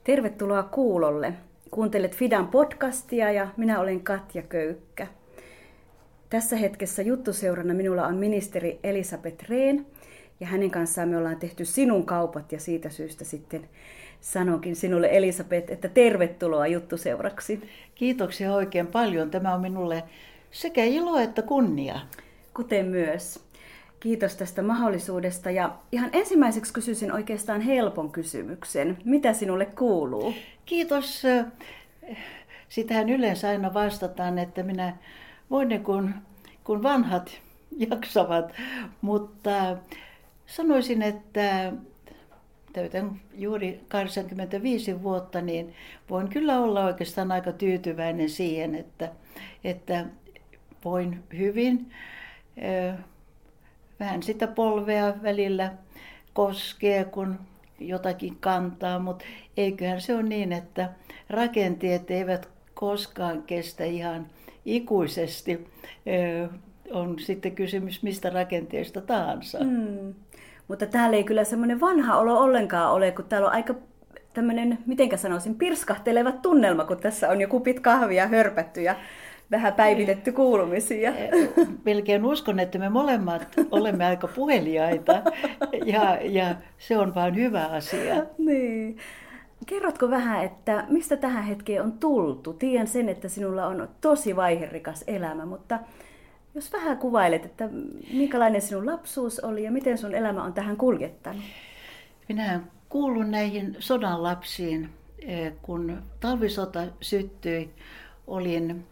Tervetuloa kuulolle. Kuuntelet Fidan podcastia ja minä olen Katja Köykkä. Tässä hetkessä juttuseurana minulla on ministeri Elisabeth Rehn ja hänen kanssaan me ollaan tehty Sinun kaupat ja siitä syystä sitten sanonkin sinulle Elisabeth, että tervetuloa juttuseuraksi. Kiitoksia oikein paljon. Tämä on minulle sekä ilo että kunnia. Kuten myös. Kiitos tästä mahdollisuudesta ja ihan ensimmäiseksi kysyisin oikeastaan helpon kysymyksen. Mitä sinulle kuuluu? Kiitos. Sitähän yleensä aina vastataan, että minä voin ne kun vanhat jaksavat, mutta sanoisin, että täytän juuri 85 vuotta, niin voin kyllä olla oikeastaan aika tyytyväinen siihen, että voin hyvin. Vähän sitä polvea välillä koskee, kun jotakin kantaa, mutta eiköhän se ole niin, että rakenteet eivät koskaan kestä ihan ikuisesti. On sitten kysymys mistä rakenteesta tahansa. Mutta täällä ei kyllä semmoinen vanha olo ollenkaan ole, kun täällä on aika tämmöinen, mitenkä sanoisin, pirskahteleva tunnelma, kun tässä on jo kupit kahvia hörpätty ja vähän päivitetty kuulumisia. Melkein uskon, että me molemmat olemme aika puheliaita ja se on vaan hyvä asia. Niin. Kerrotko vähän, että mistä tähän hetkeen on tultu? Tiedän sen, että sinulla on tosi vaiherikas elämä, mutta jos vähän kuvailet, että minkälainen sinun lapsuus oli ja miten sun elämä on tähän kuljettanut? Minä kuulun näihin sodan lapsiin. Kun talvisota syttyi, olin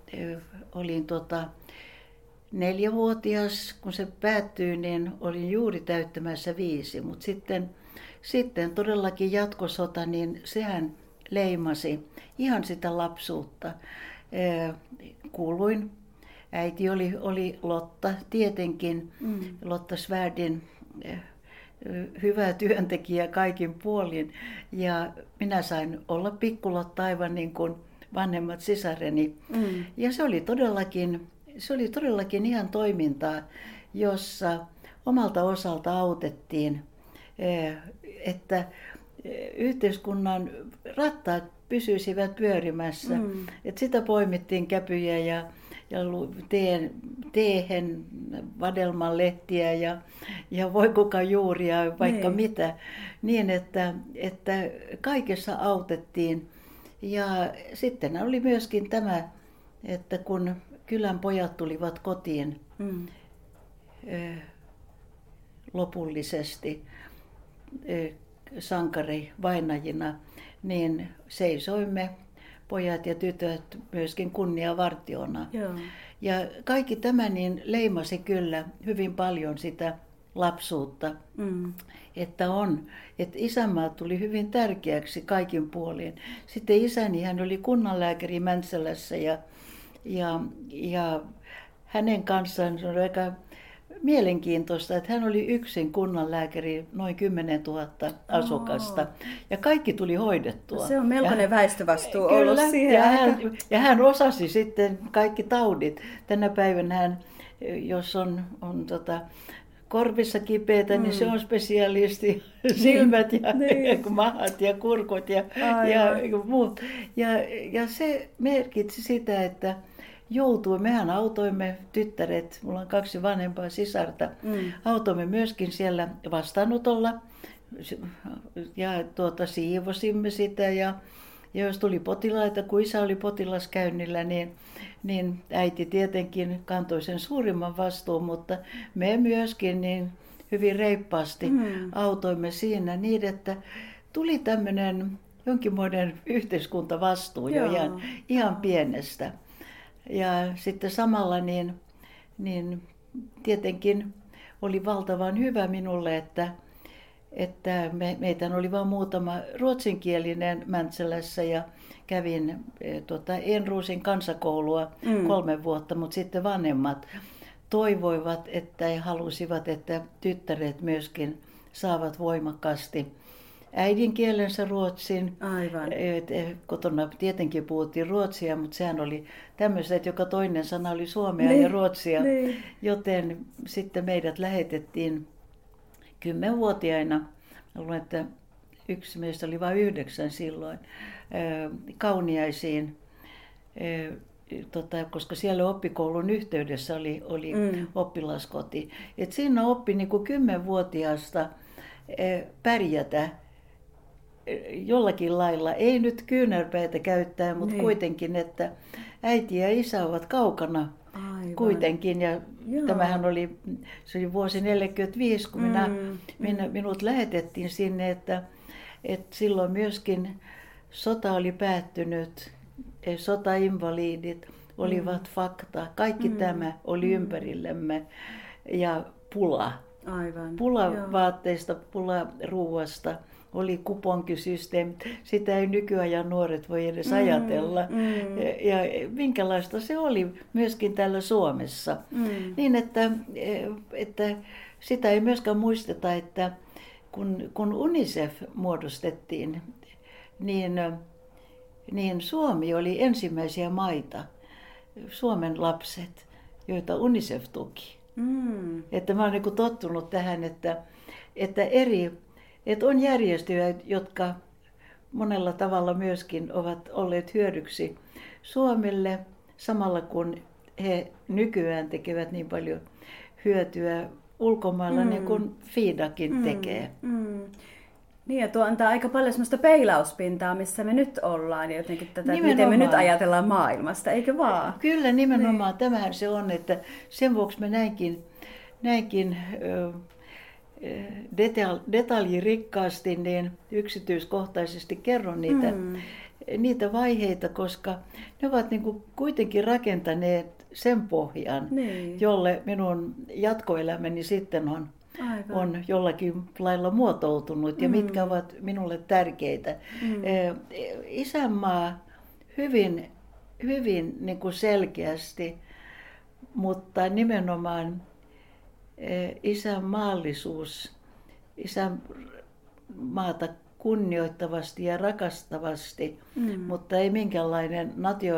4-vuotias, kun se päättyi, niin olin juuri täyttämässä 5. Mutta sitten todellakin jatkosota, niin sehän leimasi ihan sitä lapsuutta. Kuuluin, äiti oli Lotta tietenkin, Lotta Svärdin hyvä työntekijä kaikin puolin. Ja minä sain olla pikkulotta aivan niin kuin vanhemmat sisareni. Ja se oli todellakin ihan toimintaa, jossa omalta osalta autettiin, että yhteiskunnan rattaat pysyisivät pyörimässä. Että sitä poimittiin käpyjä ja teehen vadelman lehtiä ja voikukajuuria, vaikka mitä, niin että kaikessa autettiin. Ja sitten oli myöskin tämä, että kun kylän pojat tulivat kotiin lopullisesti sankarivainajina, niin seisoimme pojat ja tytöt myöskin kunniavartiona. Joo. Ja kaikki tämä niin leimasi kyllä hyvin paljon sitä lapsuutta, että isänmaa tuli hyvin tärkeäksi kaikin puolin. Sitten isäni, hän oli kunnanlääkäri Mäntsälässä ja hänen kanssaan se oli aika mielenkiintoista, että hän oli yksin kunnanlääkäri, noin 10 000 asukasta, ja kaikki tuli hoidettua. Se on melkoinen väestövastuu kyllä, ollut siihen. Ja hän osasi sitten kaikki taudit. Tänä päivänä hän, jos on korvissa kipeätä, niin se on spesialisti, silmät ja mahat ja kurkut ja muut. Ja se merkitsi sitä, että mehän autoimme tyttäret, mulla on 2 vanhempaa sisarta, autoimme myöskin siellä vastaanotolla ja siivosimme sitä ja jos tuli potilaita, kun isä oli potilaskäynnillä, niin äiti tietenkin kantoi sen suurimman vastuun, mutta me myöskin niin hyvin reippaasti autoimme siinä niin, että tuli tämmöinen jonkinmoinen yhteiskuntavastuu jo ihan pienestä. Ja sitten samalla niin tietenkin oli valtavan hyvä minulle, että meitä oli vain muutama ruotsinkielinen Mäntsälässä ja kävin Enruusin kansakoulua 3 vuotta, mutta sitten vanhemmat toivoivat, että he halusivat, että tyttäret myöskin saavat voimakkaasti äidinkielensä ruotsin. Aivan. Kotona tietenkin puhuttiin ruotsia, mutta sehän oli tämmöistä, että joka toinen sana oli suomea ja ruotsia. Joten sitten meidät lähetettiin 10-vuotiaina. Luulen, että yksi meistä oli vain 9 silloin, Kauniaisiin, koska siellä oppikoulun yhteydessä oli oppilaskoti. Et siinä oppi niin kuin 10-vuotiaasta pärjätä jollakin lailla, ei nyt kyynärpäitä käyttää, mutta kuitenkin, että äiti ja isä ovat kaukana. Aivan. Kuitenkin. Ja tämähän oli, se oli vuosi 1945, kun minut lähetettiin sinne, että silloin myöskin sota oli päättynyt, sotainvalidit olivat fakta. Kaikki tämä oli ympärillemme ja pula. Aivan. Pula vaatteista, pula ruuasta. Oli kuponkisysteemi. Sitä ei nykyajan nuoret voi edes ajatella. Ja minkälaista se oli myöskin täällä Suomessa. Niin, että sitä ei myöskään muisteta, että kun UNICEF muodostettiin, niin Suomi oli ensimmäisiä maita, Suomen lapset, joita UNICEF tuki. Että mä oon niin kuin tottunut tähän, että on järjestöjä, jotka monella tavalla myöskin ovat olleet hyödyksi Suomelle, samalla kun he nykyään tekevät niin paljon hyötyä ulkomailla, niin kuin FIDAkin tekee. Niin, ja tuo antaa aika paljon sellaista peilauspintaa, missä me nyt ollaan, ja jotenkin tätä, miten me nyt ajatellaan maailmasta, eikö vaan? Kyllä, nimenomaan. Tämähän se on, että sen vuoksi me näinkin detaljirikkaasti, niin yksityiskohtaisesti kerron niitä vaiheita, koska ne ovat niin kuin kuitenkin rakentaneet sen pohjan, jolle minun jatkoelämäni sitten on jollakin lailla muotoutunut ja mitkä ovat minulle tärkeitä. Isänmaa hyvin niin kuin selkeästi, mutta nimenomaan isänmaallisuus, isänmaata kunnioittavasti ja rakastavasti, mutta ei minkäänlainen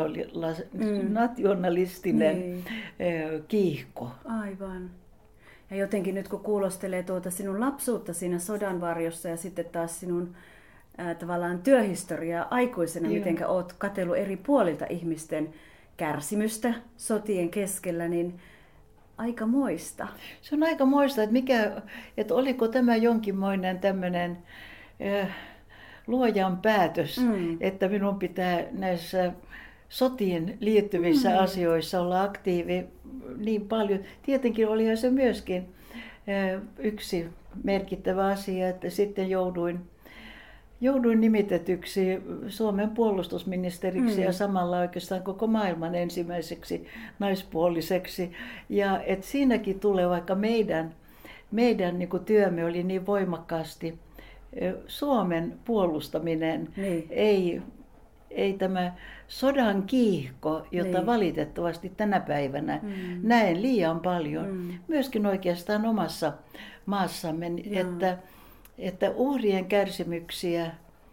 nationalistinen kiihko. Aivan. Ja jotenkin nyt kun kuulostelee tuota sinun lapsuutta siinä sodan varjossa ja sitten taas sinun tavallaan työhistoriaa aikuisena, mitenkä oot katsellut eri puolilta ihmisten kärsimystä sotien keskellä, niin aika moista. Se on aika moista, että oliko tämä jonkinmoinen tämmöinen luojan päätös, että minun pitää näissä sotiin liittyvissä asioissa olla aktiivi niin paljon. Tietenkin olihan se myöskin yksi merkittävä asia, että sitten jouduin nimitetyksi Suomen puolustusministeriksi ja samalla oikeastaan koko maailman ensimmäiseksi naispuoliseksi. Ja et siinäkin tulee, vaikka meidän niin kuin työmme oli niin voimakkaasti Suomen puolustaminen, ei tämä sodan kiihko, jota valitettavasti tänä päivänä näen liian paljon, myöskin oikeastaan omassa maassamme, että uhrien kärsimyksiä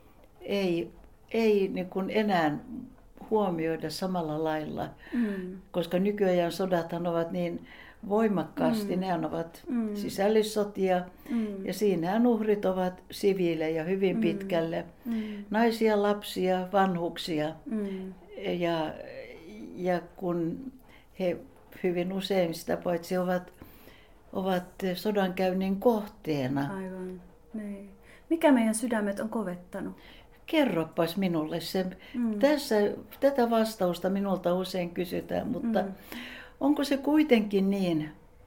ei niin kuin enää huomioida samalla lailla, koska nykyajan sodathan ovat niin voimakkaasti, nehän ovat sisällissotia ja siinähän uhrit ovat siviilejä hyvin pitkälle, naisia, lapsia, vanhuksia ja kun he hyvin usein sitä paitsi ovat sodankäynnin kohteena. Aivan. Niin. Mikä meidän sydämet on kovettanut? Kerropas minulle se. Tätä vastausta minulta usein kysytään, mutta onko se kuitenkin niin,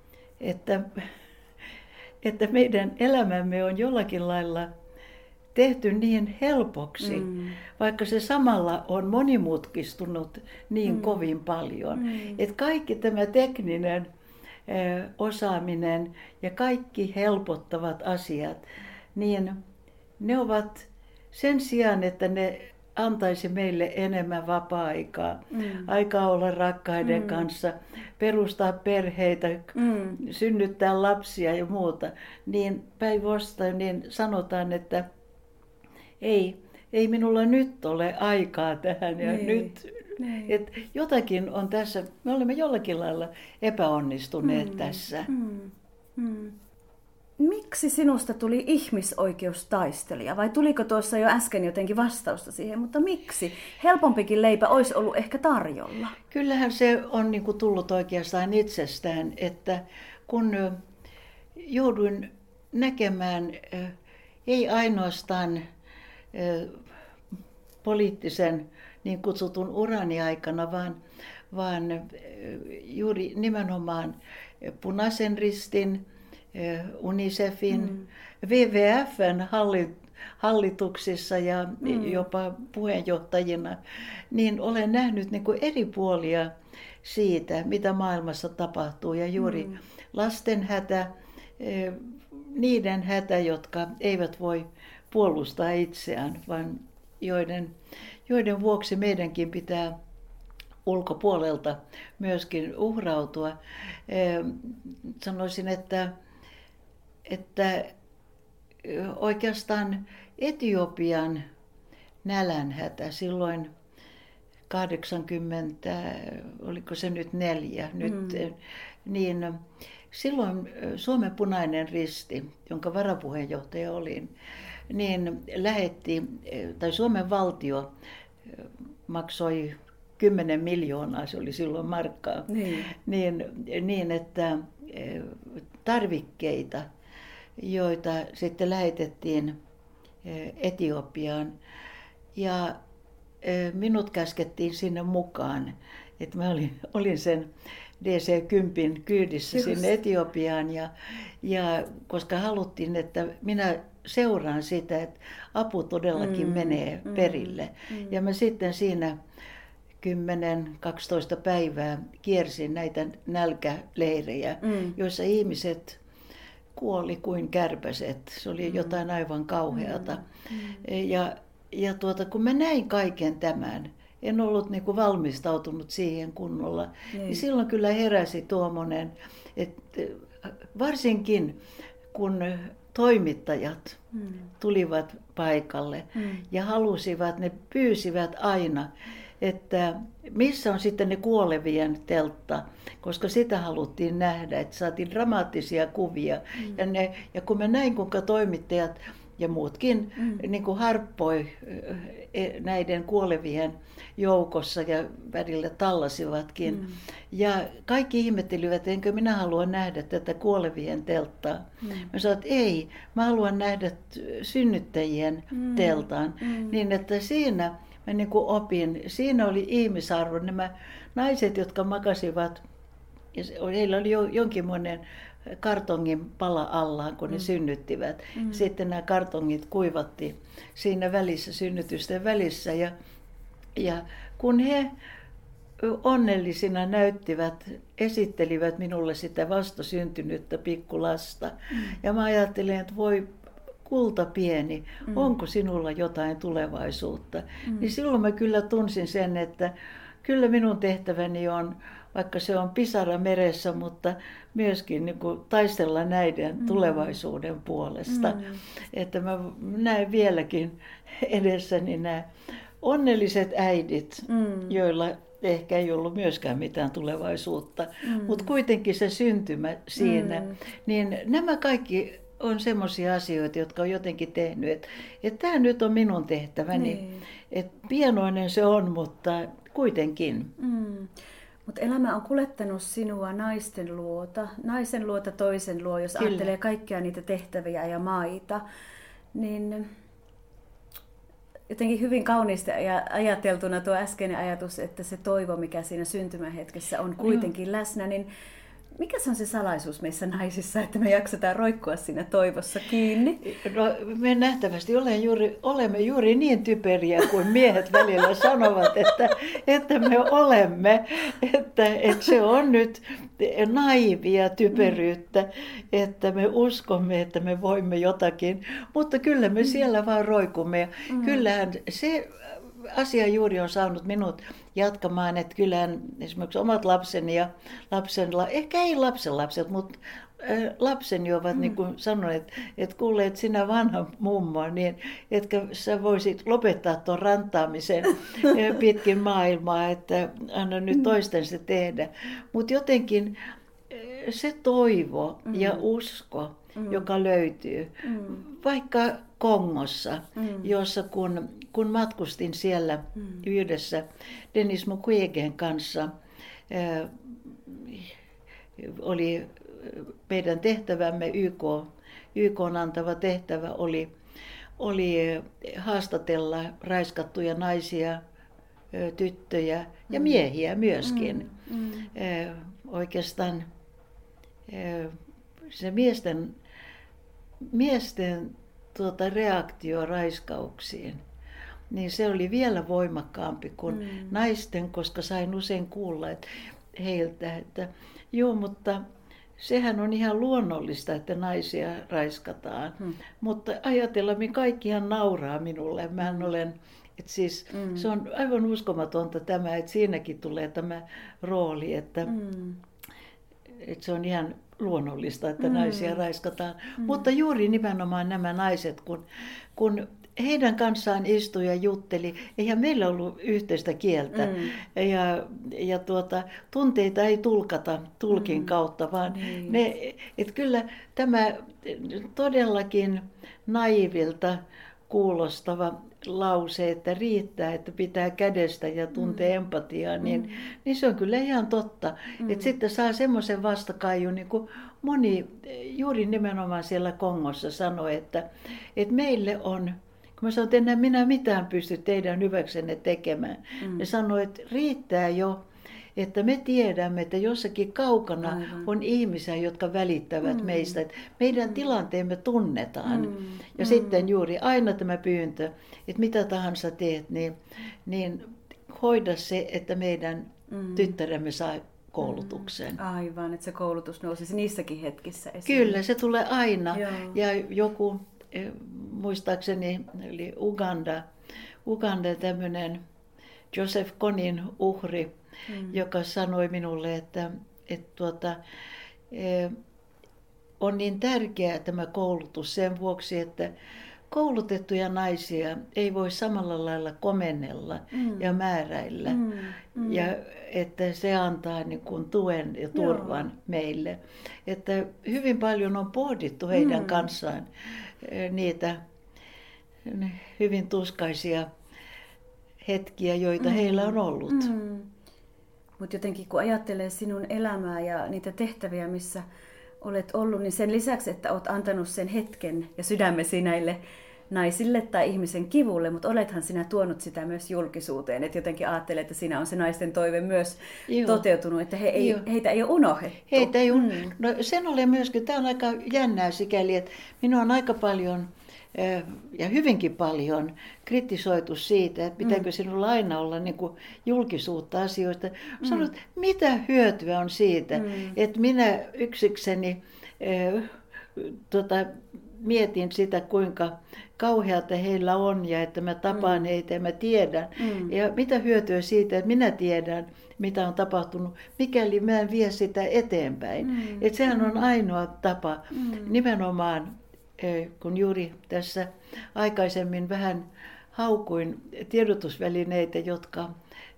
että meidän elämämme on jollakin lailla tehty niin helpoksi, vaikka se samalla on monimutkistunut niin kovin paljon. Että kaikki tämä tekninen osaaminen ja kaikki helpottavat asiat, niin ne ovat sen sijaan, että ne antaisi meille enemmän vapaa-aikaa, aikaa olla rakkaiden kanssa, perustaa perheitä, synnyttää lapsia ja muuta, niin päinvastoin niin sanotaan, että ei minulla nyt ole aikaa tähän ja nyt. Et jotakin on tässä, me olemme jollakin lailla epäonnistuneet tässä. miksi sinusta tuli ihmisoikeustaistelija? Vai tuliko tuossa jo äsken jotenkin vastausta siihen, mutta miksi? Helpompikin leipä olisi ollut ehkä tarjolla. Kyllähän se on niin kuin tullut oikeastaan itsestään, että kun jouduin näkemään ei ainoastaan poliittisen niin kutsutun urani aikana, vaan juuri nimenomaan Punaisen Ristin, UNICEFin, WWFn hallituksissa ja jopa puheenjohtajina, niin olen nähnyt niin kuin eri puolia siitä, mitä maailmassa tapahtuu. Ja juuri lasten hätä, niiden hätä, jotka eivät voi puolustaa itseään, vaan joiden vuoksi meidänkin pitää ulkopuolelta myöskin uhrautua. Sanoisin, että oikeastaan Etiopian nälänhätä silloin 80, oliko se nyt 4, niin silloin Suomen Punainen Risti, jonka varapuheenjohtaja olin, niin Suomen valtio maksoi 10 miljoonaa, se oli silloin markkaa, niin että tarvikkeita, joita sitten lähetettiin Etiopiaan. Ja minut käskettiin sinne mukaan, että mä olin sen DC-10 kyydissä sinne Etiopiaan, ja koska haluttiin, että minä seuraan sitä, että apu todellakin menee perille. Ja mä sitten siinä 10-12 päivää kiersin näitä nälkäleirejä, joissa ihmiset kuoli kuin kärpäset. Se oli jotain aivan kauheata. Ja kun mä näin kaiken tämän, en ollut niin kuin valmistautunut siihen kunnolla, niin silloin kyllä heräsi tuommoinen, että varsinkin kun toimittajat tulivat paikalle ja ne pyysivät aina, että missä on sitten ne kuolevien teltta, koska sitä haluttiin nähdä, että saatiin dramaattisia kuvia. Ja kun mä näin, kuinka toimittajat ja muutkin niin kuin harppoi näiden kuolevien joukossa ja välillä tallasivatkin. Ja kaikki ihmettelivät, enkö minä halua nähdä tätä kuolevien telttaa. Mä sanoin, että ei, mä haluan nähdä synnyttäjien teltan. Niin että siinä mä niin kuin opin, siinä oli ihmisarvo. Nämä naiset, jotka makasivat, ja heillä oli jonkinmoinen kartongin pala allaan, kun ne synnyttivät. Sitten nämä kartongit kuivattiin siinä välissä, synnytysten välissä. Ja kun he onnellisina esittelivät minulle sitä vastasyntynyttä pikkulasta. Ja mä ajattelin, että voi kulta pieni, onko sinulla jotain tulevaisuutta? Niin silloin mä kyllä tunsin sen, että kyllä minun tehtäväni on, vaikka se on pisara meressä, mutta myöskin niin kuin taistella näiden tulevaisuuden puolesta. Että mä näen vieläkin edessäni nämä onnelliset äidit, joilla ehkä ei ollut myöskään mitään tulevaisuutta, mutta kuitenkin se syntymä siinä. Niin nämä kaikki on semmoisia asioita, jotka on jotenkin tehnyt, että tämä nyt on minun tehtäväni. Että pienoinen se on, mutta kuitenkin. Mutta elämä on kuljettanut sinua naisen luota toisen luo, jos Kyllä. ajattelee kaikkia niitä tehtäviä ja maita. Niin jotenkin hyvin kauniisti ajateltuna tuo äskeinen ajatus, että se toivo, mikä siinä syntymähetkessä on kuitenkin läsnä, niin mikä se on se salaisuus meissä naisissa, että me jaksetaan roikkua siinä toivossa kiinni? No, me nähtävästi olemme juuri niin typeriä kuin miehet välillä sanovat, että me olemme. Että se on nyt naivia typeryyttä, että me uskomme, että me voimme jotakin. Mutta kyllä me siellä vaan roikumme. Kyllähän se asia juuri on saanut minut jatkamaan, että kyllähän esimerkiksi omat lapseni ja ehkä ei lapsenlapset, mutta lapseni ovat niin kuin sanoneet, että kuule, että sinä vanha mummo, niin että sä voisit lopettaa tuon rantaamisen pitkin maailmaa, että anna nyt toisten se tehdä. Mutta jotenkin se toivo ja usko joka löytyy. Vaikka Kongossa, jossa kun matkustin siellä yhdessä Denis Mukwegen kanssa, oli meidän tehtävämme, YK:n antava tehtävä oli haastatella raiskattuja naisia, tyttöjä ja miehiä myöskin. Oikeastaan se miesten reaktio raiskauksiin, niin se oli vielä voimakkaampi kuin naisten, koska sain usein kuulla heiltä, että joo, mutta sehän on ihan luonnollista, että naisia raiskataan. Mutta ajatellaan, me kaikkihan nauraa minulle. Mähän olen, että siis se on aivan uskomatonta tämä, että siinäkin tulee tämä rooli, että se on ihan luonnollista, että naisia raiskataan. Mutta juuri nimenomaan nämä naiset, kun heidän kanssaan istui ja jutteli, eihän meillä ollut yhteistä kieltä. Ja tunteita ei tulkata tulkin kautta, vaan että kyllä tämä todellakin naivilta kuulostava lause, että riittää, että pitää kädestä ja tuntee empatiaa, niin se on kyllä ihan totta. Että sitten saa semmoisen vastakaijun, niin kuin moni juuri nimenomaan siellä Kongossa sanoi, että meille on, kun mä sanoin, että enää minä mitään pysty teidän hyväksenne tekemään, ne sanoi, että riittää jo, että me tiedämme, että jossakin kaukana on ihmisiä, jotka välittävät meistä, että meidän tilanteemme tunnetaan. Ja sitten juuri aina tämä pyyntö, että mitä tahansa teet, niin hoida se, että meidän tyttäremme saa koulutuksen. Aivan, että se koulutus nousisi niissäkin hetkissä esiin. Kyllä, se tulee aina. Joo. Ja joku, muistaakseni, eli Uganda tämmöinen Joseph Konin uhri, joka sanoi minulle, että on niin tärkeää tämä koulutus sen vuoksi, että koulutettuja naisia ei voi samalla lailla komennella ja määräillä. Ja että se antaa niin kuin tuen ja turvan meille. Että hyvin paljon on pohdittu heidän kanssaan niitä hyvin tuskaisia hetkiä, joita heillä on ollut. Mutta jotenkin kun ajattelee sinun elämää ja niitä tehtäviä, missä olet ollut, niin sen lisäksi, että olet antanut sen hetken ja sydämesi näille naisille tai ihmisen kivulle, mutta olethan sinä tuonut sitä myös julkisuuteen. Että jotenkin ajattelee, että siinä on se naisten toive myös toteutunut, että heitä ei ole unohdettu. Heitä ei no sen olen myöskin, tämä on aika jännää sikäli, että minua on aika paljon ja hyvinkin paljon kritisoitu siitä, että pitääkö sinulla aina olla niin kuin julkisuutta asioista. Sanoit, mitä hyötyä on siitä, että minä yksikseni mietin sitä, kuinka kauheata heillä on ja että mä tapaan heitä ja mä tiedän. Ja mitä hyötyä siitä, että minä tiedän, mitä on tapahtunut, mikäli mä en vie sitä eteenpäin. Että sehän on ainoa tapa nimenomaan, kun juuri tässä aikaisemmin vähän haukuin tiedotusvälineitä, jotka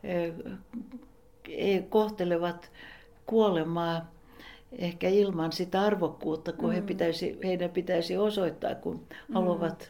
kohtelevat kuolemaa ehkä ilman sitä arvokkuutta, kun heidän pitäisi osoittaa, kun haluavat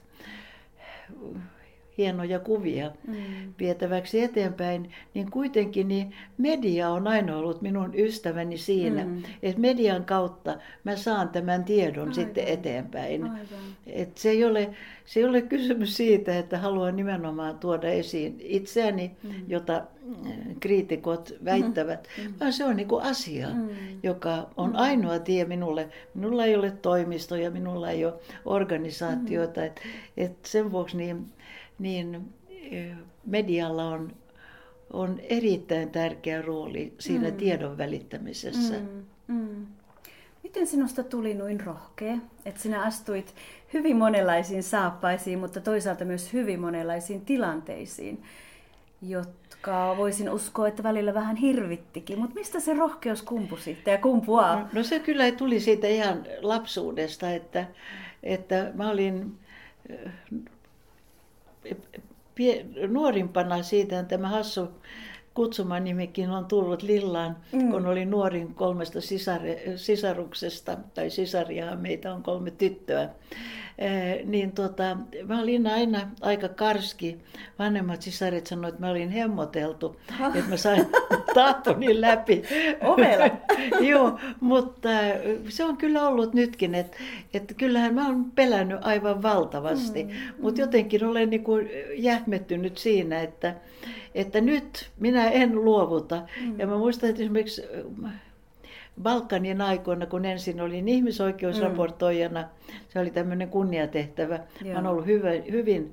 hienoja kuvia vietäväksi eteenpäin, niin kuitenkin niin media on aina ollut minun ystäväni siinä, että median kautta mä saan tämän tiedon sitten eteenpäin. Et se ei ole kysymys siitä, että haluan nimenomaan tuoda esiin itseäni, jota kriitikot väittävät, vaan se on niin kuin asia, joka on ainoa tie minulle. Minulla ei ole toimistoja, minulla ei ole organisaatioita, että sen vuoksi niin medialla on erittäin tärkeä rooli siinä tiedon välittämisessä. Miten sinusta tuli noin rohkea, että sinä astuit hyvin monenlaisiin saappaisiin, mutta toisaalta myös hyvin monenlaisiin tilanteisiin, jotka voisin uskoa, että välillä vähän hirvittikin. Mutta mistä se rohkeus kumpusi ja kumpuaa? No se kyllä tuli siitä ihan lapsuudesta, että mä olin nuorimpana siitä tämä hassu, kutsumanimikin on tullut Lillaan, kun olin nuorin 3 sisaruksesta, tai sisaria, meitä on 3 tyttöä. Niin mä olin aina aika karski. Vanhemmat sisaret sanoivat, että mä olin hemmoteltu, että mä sain tahtoni läpi. Ovela. Joo, mutta se on kyllä ollut nytkin, että kyllähän mä oon pelännyt aivan valtavasti. Mutta jotenkin olen niin kuin jähmettynyt siinä, että nyt minä en luovuta. Ja mä muistan, että esimerkiksi Balkanin aikoina, kun ensin olin ihmisoikeusraportoijana, se oli tämmöinen kunniatehtävä. Joo. Mä oon ollut hyvin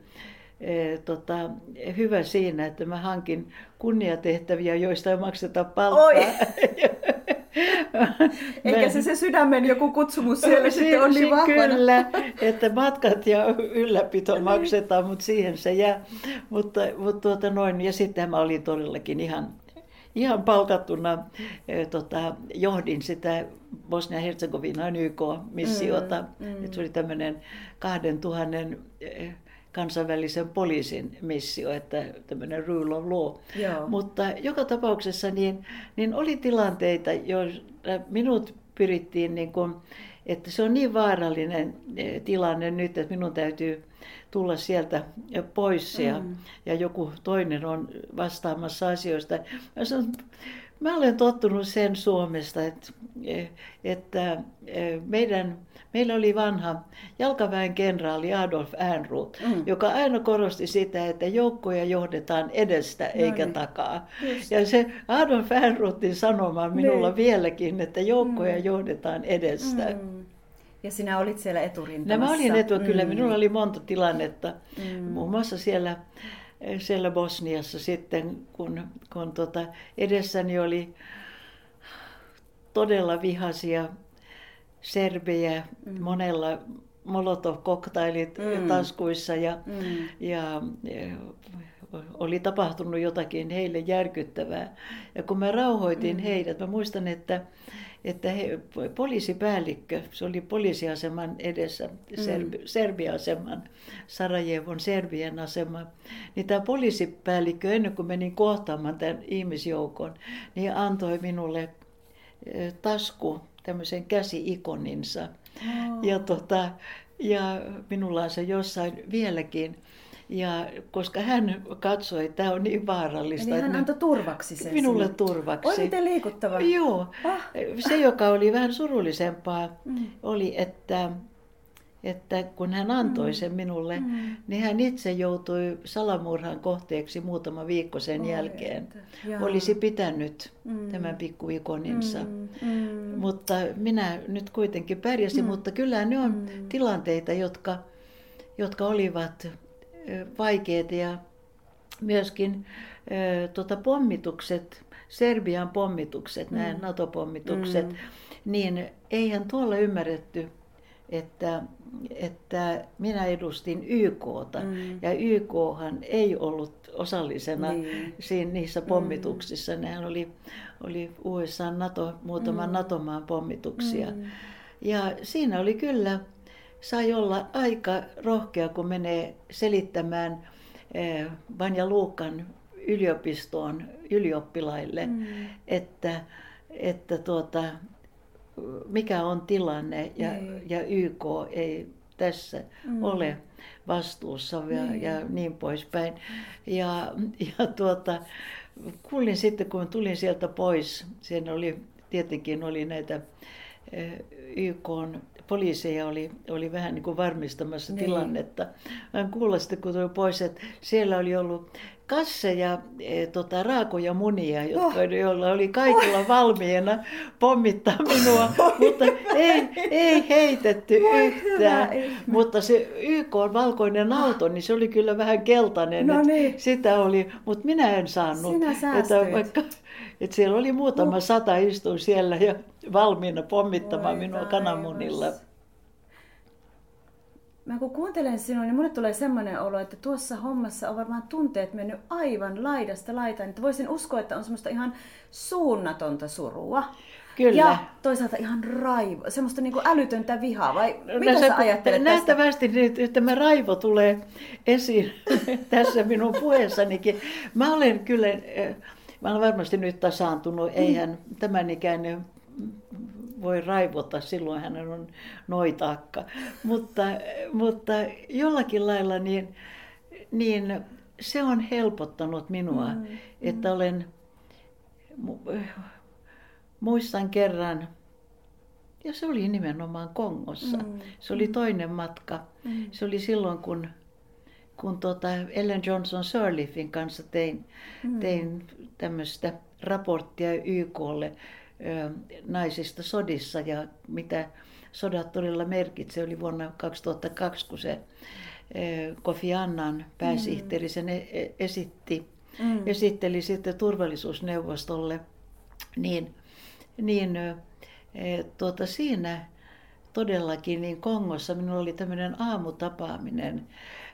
hyvä siinä, että mä hankin kunniatehtäviä, joista ei makseta palkkaa. Oi. Eikä se sydämen joku kutsumus siellä sitten on niin vahvana. Kyllä, että matkat ja ylläpito maksetaan, mutta siihen se jää. Mutta ja sitten mä olin todellakin ihan palkattuna johdin sitä Bosnia-Herzegovinan YK-missiota. Se oli tämmöinen 2000 kansainvälisen poliisin missio, että tämmöinen rule of law. Joo. Mutta joka tapauksessa niin oli tilanteita, joissa minut pyrittiin, että se on niin vaarallinen tilanne nyt, että minun täytyy tulla sieltä pois ja joku toinen on vastaamassa asioista. Mä olen tottunut sen Suomesta, että meillä oli vanha jalkaväen kenraali Adolf Ehrnrooth, joka aina korosti sitä, että joukkoja johdetaan edestä eikä takaa. Just. Ja se Adolf Ehrnroothin sanoma minulla vieläkin, että joukkoja johdetaan edestä. Ja sinä olit siellä eturintamassa. Mä olin kyllä. Minulla oli monta tilannetta, muun muassa siellä Bosniassa sitten, kun edessäni oli todella vihaisia serbejä, monella molotov-koktailit taskuissa ja oli tapahtunut jotakin heille järkyttävää. Ja kun mä rauhoitin heidät, mä muistan, että poliisipäällikkö, se oli poliisiaseman edessä, Serbian-aseman, Sarajevon Serbien asema, niin tämä poliisipäällikkö, ennen kuin menin kohtaamaan tämän ihmisjoukon, niin antoi minulle tämmöisen käsi-ikoninsa. Ja minulla on se jossain vieläkin. Ja koska hän katsoi, että tämä on niin vaarallista. Eli hän antoi turvaksi sen minulle sinne. Turvaksi. Oi, miten liikuttava. Joo. Se, joka oli vähän surullisempaa, oli, että kun hän antoi sen minulle, niin hän itse joutui salamurhan kohteeksi muutama viikko sen jälkeen. Olisi pitänyt tämän pikkuikoninsa. Mutta minä nyt kuitenkin pärjäsin, mutta kyllä ne on tilanteita, jotka olivat vaikeita ja myöskin pommitukset, Serbian pommitukset, nämä NATO-pommitukset, niin eihän tuolla ymmärretty, että minä edustin YK:ta ja YKhan ei ollut osallisena niissä pommituksissa. Nehän oli USA, muutaman NATO-maan pommituksia. Ja siinä oli kyllä, sai olla aika rohkea, kun menee selittämään Banja Lukan yliopistoon ylioppilaille, että mikä on tilanne ja YK ei tässä ole vastuussa ja niin poispäin. Ja kuulin sitten, kun tulin sieltä pois, siinä tietenkin oli näitä YK:n poliiseja oli vähän niin kuin varmistamassa tilannetta. Mä kuulla sitten, kun tuli pois, että siellä oli ollut kasseja, raakoja munia, joilla oli kaikilla valmiina pommittaa minua, mutta ei heitetty yhtään. Mutta se YK:n valkoinen auto, niin se oli kyllä vähän keltainen. Sitä oli, mutta minä en saanut. Sinä säästyit. Että siellä oli muutama 100 istui siellä ja valmiina pommittamaan minua kananmunilla. Mä kun kuuntelen sinua, niin mulle tulee semmoinen olo, että tuossa hommassa on varmaan tunteet mennyt aivan laidasta laitaan. Että voisin uskoa, että on semmoista ihan suunnatonta surua. Kyllä. Ja toisaalta ihan semmoista niin kuin älytöntä vihaa, vai mitä sä ajattelet tästä? Nähtävästi nyt tämä raivo tulee esiin tässä minun puheessanikin. Mä olen kyllä mä olen varmasti nyt tasaantunut. Eihän tämän ikäinen voi raivota, silloin hän on noitaakka. Mutta jollakin lailla niin se on helpottanut minua, että olen, muistan kerran, ja se oli nimenomaan Kongossa. Se oli toinen matka. Se oli silloin, kun Ellen Johnson Sirleafin kanssa tein tämmöistä raporttia YK:lle naisista sodissa ja mitä sodat todella merkitsee. Oli vuonna 2002, kun se Kofi Annan pääsihteeri sen esitteli sitten turvallisuusneuvostolle, siinä todellakin niin Kongossa minulla oli tämmöinen aamutapaaminen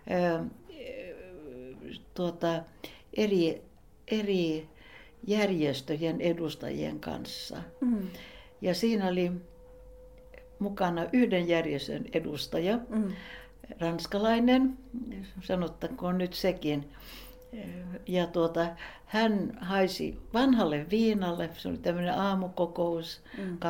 eri järjestöjen edustajien kanssa. Ja siinä oli mukana yhden järjestön edustaja, ranskalainen, sanottakoon nyt sekin. Ja hän haisi vanhalle viinalle, se oli tämmöinen aamukokous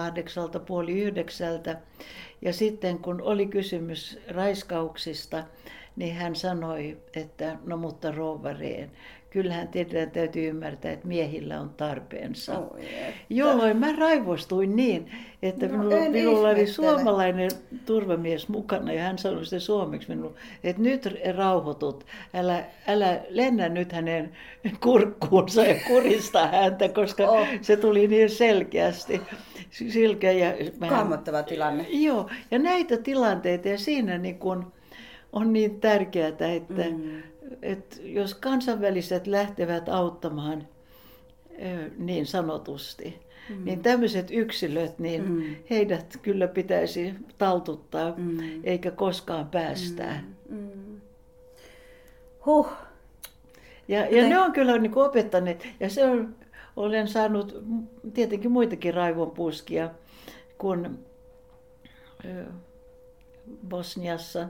8:30. Ja sitten kun oli kysymys raiskauksista, niin hän sanoi, että no mutta rouva Rehn, kyllähän teidän täytyy ymmärtää, että miehillä on tarpeensa. Jolloin mä raivostuin niin, että minulla oli suomalainen turvamies mukana ja hän sanoi sitten suomeksi minulle, että nyt rauhoitut, älä lennä nyt hänen kurkkuunsa ja kurista häntä, koska se tuli niin selkeästi. Kammottava tilanne. Joo, ja näitä tilanteita ja siinä niin kun on niin tärkeää, että jos kansainväliset lähtevät auttamaan niin sanotusti, niin tämmöiset yksilöt, niin heidät kyllä pitäisi taltuttaa eikä koskaan päästää. Ja ne on kyllä niin kuin opettaneet, ja olen saanut tietenkin muitakin raivonpuskia, kun Bosniassa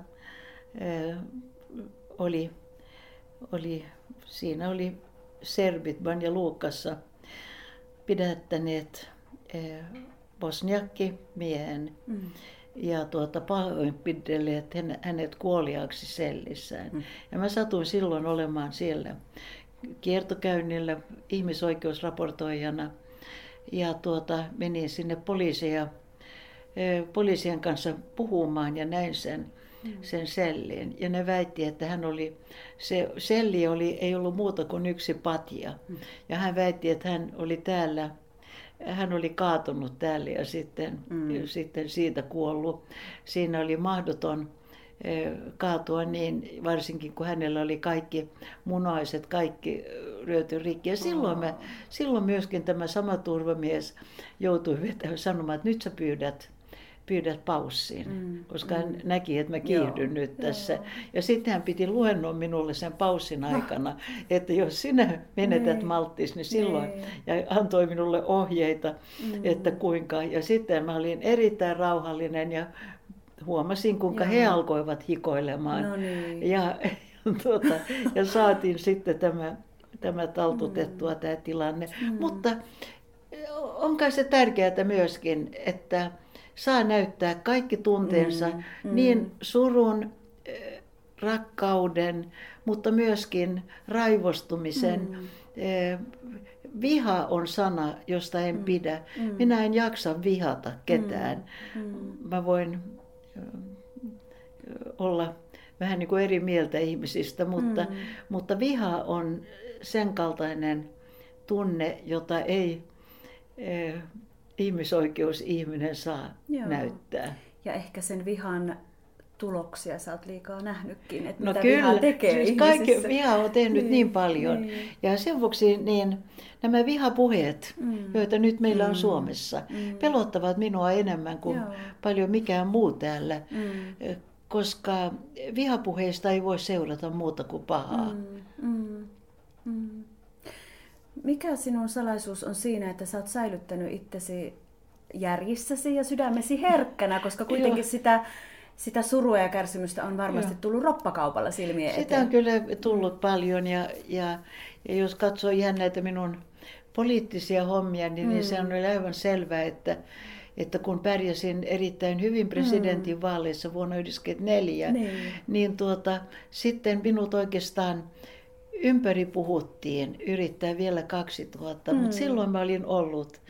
siinä oli serbit Banja Lukassa pidättäneet bosniakkimiehen ja pahoinpidelleet hänet kuoliaaksi sellissään. Ja mä satuin silloin olemaan siellä kiertokäynnillä ihmisoikeusraportoijana ja menin sinne poliisien kanssa puhumaan ja näin sen sellin. Ja ne väitti, että se selli ei ollut muuta kuin yksi patja. Ja hän väitti, että hän oli kaatunut täällä ja sitten siitä kuollut. Siinä oli mahdoton kaatua niin, varsinkin kun hänellä oli kaikki munaiset, kaikki ryöty rikki. Ja silloin myöskin tämä sama turvamies joutui sanomaan, että nyt sä pyydät paussiin, koska hän näki, että mä kiihdyn nyt tässä. Ja sitten hän piti luennon minulle sen paussin aikana, että jos sinä menetät malttis, niin silloin, ja antoi minulle ohjeita, että kuinka. Ja sitten mä olin erittäin rauhallinen ja huomasin, kuinka he alkoivat hikoilemaan. No niin. Ja saatiin sitten tämä taltutettua tämä tilanne. Mutta on kai se tärkeää myöskin, että saa näyttää kaikki tunteensa, niin surun, rakkauden, mutta myöskin raivostumisen. Viha on sana, josta en pidä. Minä en jaksa vihata ketään. Mä voin olla vähän niin kuin eri mieltä ihmisistä, mutta viha on sen kaltainen tunne, jota ei ihmisoikeusihminen saa näyttää. Ja ehkä sen vihan tuloksia sä oot liikaa nähnytkin, että mitä viha tekee siis ihmisissä. Viha on tehnyt niin paljon. Ja sen vuoksi niin nämä vihapuheet, joita nyt meillä on Suomessa, pelottavat minua enemmän kuin paljon mikään muu täällä. Koska vihapuheista ei voi seurata muuta kuin pahaa. Mikä sinun salaisuus on siinä, että sä oot säilyttänyt itsesi järjissäsi ja sydämesi herkkänä, koska kuitenkin sitä surua ja kärsimystä on varmasti tullut roppakaupalla silmien eteen. Sitä on kyllä tullut paljon ja jos katsoo ihan näitä minun poliittisia hommia, niin se on aivan selvää, että kun pärjäsin erittäin hyvin presidentin vaaleissa vuonna 1994, niin sitten minut oikeastaan ympäri puhuttiin yrittää vielä 2000, mutta silloin mä olin ollut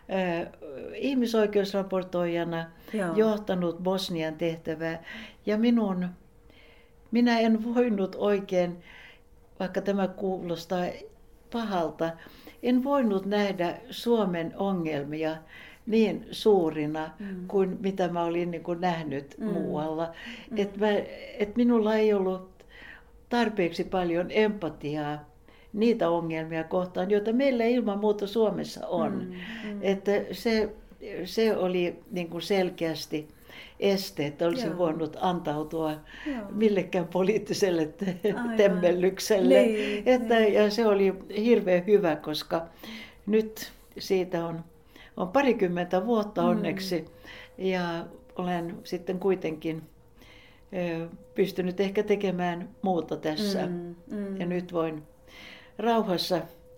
ihmisoikeusraportoijana, johtanut Bosnian tehtävää ja minä en voinut oikein, vaikka tämä kuulostaa pahalta, en voinut nähdä Suomen ongelmia niin suurina kuin mitä mä olin niin kuin nähnyt muualla. Et minulla ei ollut tarpeeksi paljon empatiaa niitä ongelmia kohtaan, joita meillä ilman muuta Suomessa on. Että se oli niin kuin selkeästi este, että olisin voinut antautua millekään poliittiselle temmellykselle. Ja se oli hirveän hyvä, koska nyt siitä on parikymmentä vuotta onneksi ja olen sitten kuitenkin pystynyt ehkä tekemään muuta tässä. Ja nyt voin rauhassa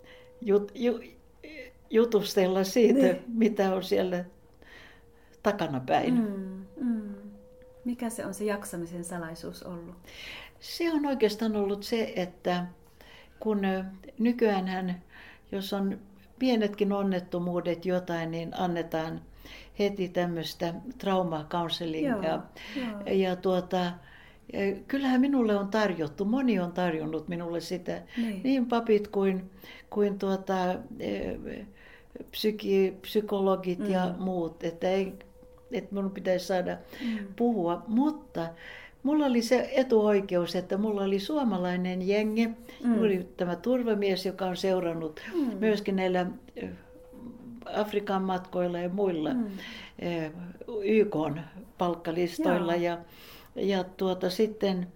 jutustella siitä, mitä on siellä takanapäin. Mikä se on se jaksamisen salaisuus ollut? Se on oikeastaan ollut se, että kun nykyäänhän, jos on pienetkin onnettomuudet jotain, niin annetaan heti tämmöistä trauma-counselingia. Ja kyllähän minulle on tarjottu, moni on tarjonnut minulle sitä, niin papit kuin psykologit ja muut, että minun pitäisi saada puhua, mutta mulla oli se etuoikeus, että mulla oli suomalainen jengi, oli tämä turvamies, joka on seurannut myöskin näillä Afrikan matkoilla ja muilla YK:n palkkalistoilla ja sitten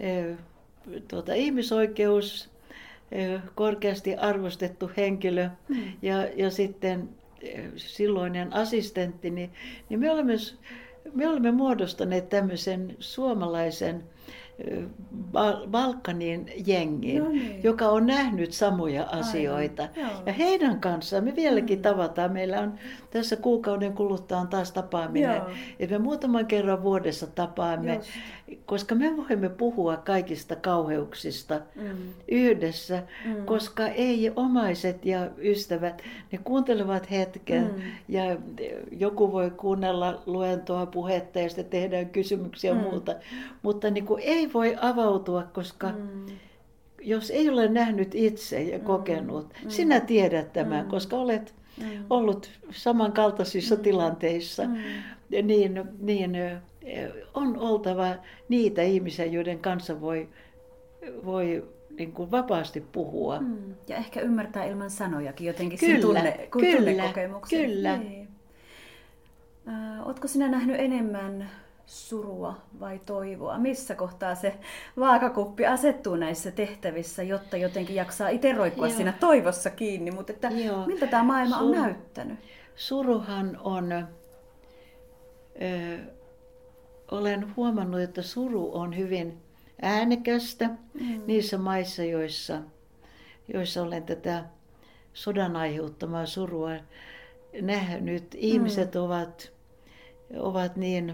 ihmisoikeus, korkeasti arvostettu henkilö ja sitten silloinen assistentti, niin me olemme muodostaneet tämmöisen suomalaisen Balkanin jengin, joka on nähnyt samoja asioita. Ja heidän kanssaan me vieläkin tavataan. Meillä on tässä kuukauden kuluttua taas tapaaminen. Että me muutaman kerran vuodessa tapaamme, koska me voimme puhua kaikista kauheuksista yhdessä, koska ei omaiset ja ystävät, ne kuuntelevat hetken ja joku voi kuunnella luentoa, puhetta ja sitten tehdään kysymyksiä ja muuta, mutta niin kuin ei voi avautua, koska jos ei ole nähnyt itse ja kokenut, sinä tiedät tämän, koska olet ollut samankaltaisissa tilanteissa, niin on oltava niitä ihmisiä, joiden kanssa voi niin kuin vapaasti puhua. Ja ehkä ymmärtää ilman sanojakin jotenkin sen tunnekokemuksen. Kyllä. Ootko sinä nähnyt enemmän surua vai toivoa? Missä kohtaa se vaakakuppi asettuu näissä tehtävissä, jotta jotenkin jaksaa itse roikkua siinä toivossa kiinni? Mutta miltä tämä maailma on näyttänyt? Suruhan on... olen huomannut, että suru on hyvin äänekästä niissä maissa, joissa olen tätä sodan aiheuttamaa surua nähnyt. Ihmiset ovat niin